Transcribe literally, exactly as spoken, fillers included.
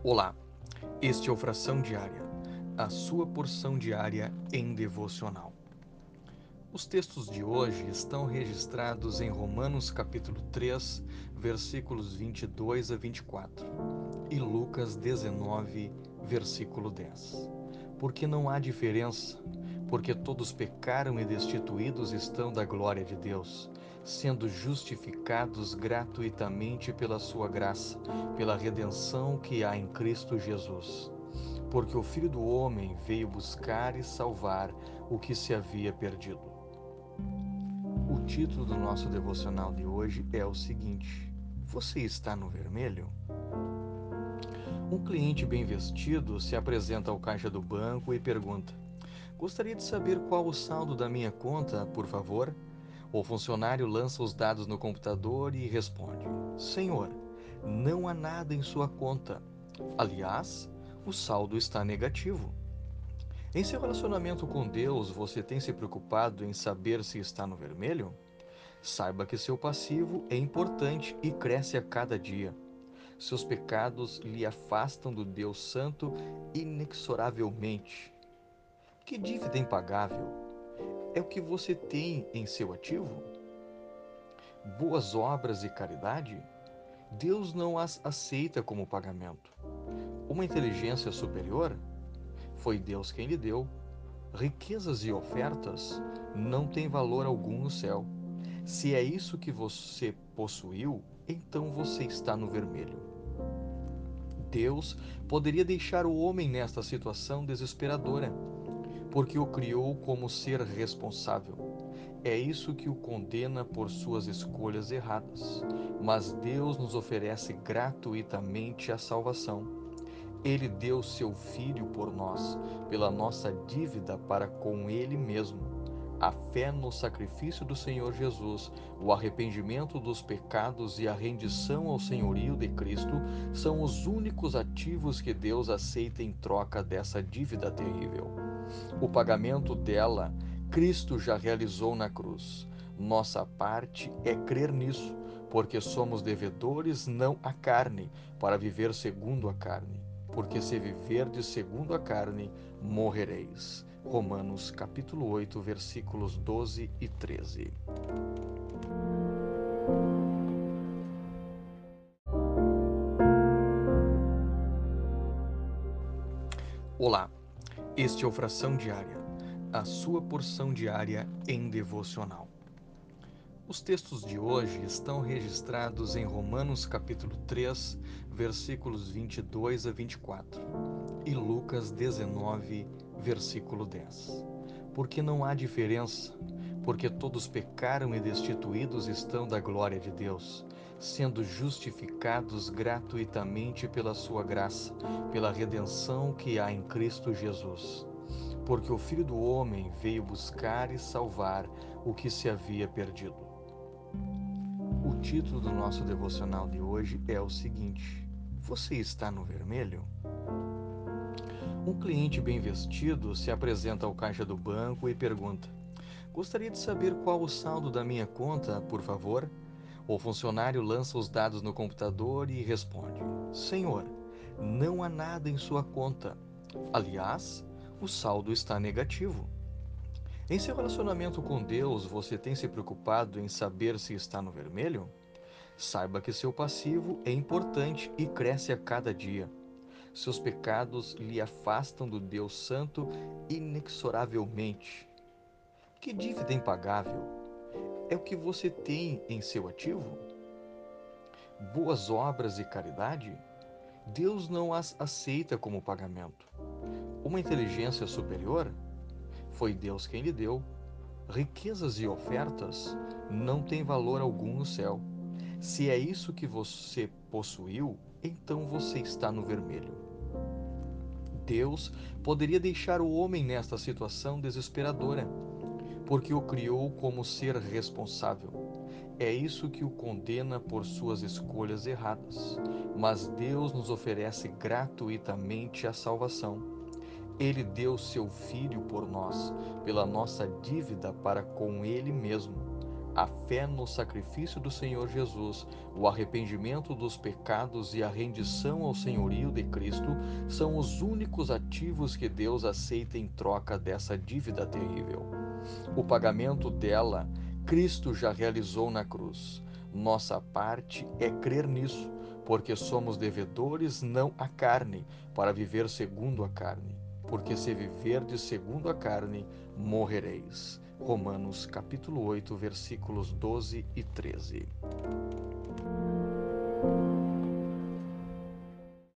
Olá, este é o Fração Diária, a sua porção diária em devocional. Os textos de hoje estão registrados em Romanos capítulo três, versículos vinte e dois a vinte e quatro, e Lucas dezenove, versículo dez. Porque não há diferença, porque todos pecaram e destituídos estão da glória de Deus, sendo justificados gratuitamente pela sua graça, pela redenção que há em Cristo Jesus. Porque o Filho do Homem veio buscar e salvar o que se havia perdido. O título do nosso devocional de hoje é o seguinte: Você está no vermelho? Um cliente bem vestido se apresenta ao caixa do banco e pergunta: Gostaria de saber qual o saldo da minha conta, por favor? O funcionário lança os dados no computador e responde: Senhor, não há nada em sua conta. Aliás, o saldo está negativo. Em seu relacionamento com Deus, você tem se preocupado em saber se está no vermelho? Saiba que seu passivo é importante e cresce a cada dia. Seus pecados lhe afastam do Deus Santo inexoravelmente. Que dívida impagável é o que você tem em seu ativo? Boas obras e caridade? Deus não as aceita como pagamento. Uma inteligência superior? Foi Deus quem lhe deu. Riquezas e ofertas não têm valor algum no céu. Se é isso que você possuiu, então você está no vermelho. Deus poderia deixar o homem nesta situação desesperadora, porque o criou como ser responsável. É isso que o condena por suas escolhas erradas. Mas Deus nos oferece gratuitamente a salvação. Ele deu seu Filho por nós, pela nossa dívida para com Ele mesmo. A fé no sacrifício do Senhor Jesus, o arrependimento dos pecados e a rendição ao senhorio de Cristo são os únicos ativos que Deus aceita em troca dessa dívida terrível. O pagamento dela, Cristo já realizou na cruz. Nossa parte é crer nisso, porque somos devedores não à carne, para viver segundo a carne. Porque se viverdes segundo a carne, morrereis. Romanos capítulo oito, versículos doze e treze. Olá, este é o Fração Diária, a sua porção diária em devocional. Os textos de hoje estão registrados em Romanos capítulo três, versículos vinte e dois a vinte e quatro, e Lucas dezenove, versículo dez. Porque não há diferença, porque todos pecaram e destituídos estão da glória de Deus, sendo justificados gratuitamente pela sua graça, pela redenção que há em Cristo Jesus. Porque o Filho do Homem veio buscar e salvar o que se havia perdido. O título do nosso devocional de hoje é o seguinte: Você está no vermelho? Um cliente bem vestido se apresenta ao caixa do banco e pergunta: Gostaria de saber qual o saldo da minha conta, por favor? O funcionário lança os dados no computador e responde: Senhor, não há nada em sua conta. Aliás, o saldo está negativo. Em seu relacionamento com Deus, você tem se preocupado em saber se está no vermelho? Saiba que seu passivo é importante e cresce a cada dia. Seus pecados lhe afastam do Deus Santo inexoravelmente. Que dívida impagável é o que você tem em seu ativo? Boas obras e caridade? Deus não as aceita como pagamento. Uma inteligência superior? Foi Deus quem lhe deu. Riquezas e ofertas não têm valor algum no céu. Se é isso que você possuiu, então você está no vermelho. Deus poderia deixar o homem nesta situação desesperadora, porque o criou como ser responsável. É isso que o condena por suas escolhas erradas. Mas Deus nos oferece gratuitamente a salvação. Ele deu seu Filho por nós, pela nossa dívida para com Ele mesmo. A fé no sacrifício do Senhor Jesus, o arrependimento dos pecados e a rendição ao senhorio de Cristo são os únicos ativos que Deus aceita em troca dessa dívida terrível. O pagamento dela, Cristo já realizou na cruz. Nossa parte é crer nisso, porque somos devedores não à carne, para viver segundo a carne. Porque se viverdes segundo a carne, morrereis. Romanos capítulo oito, versículos doze e treze.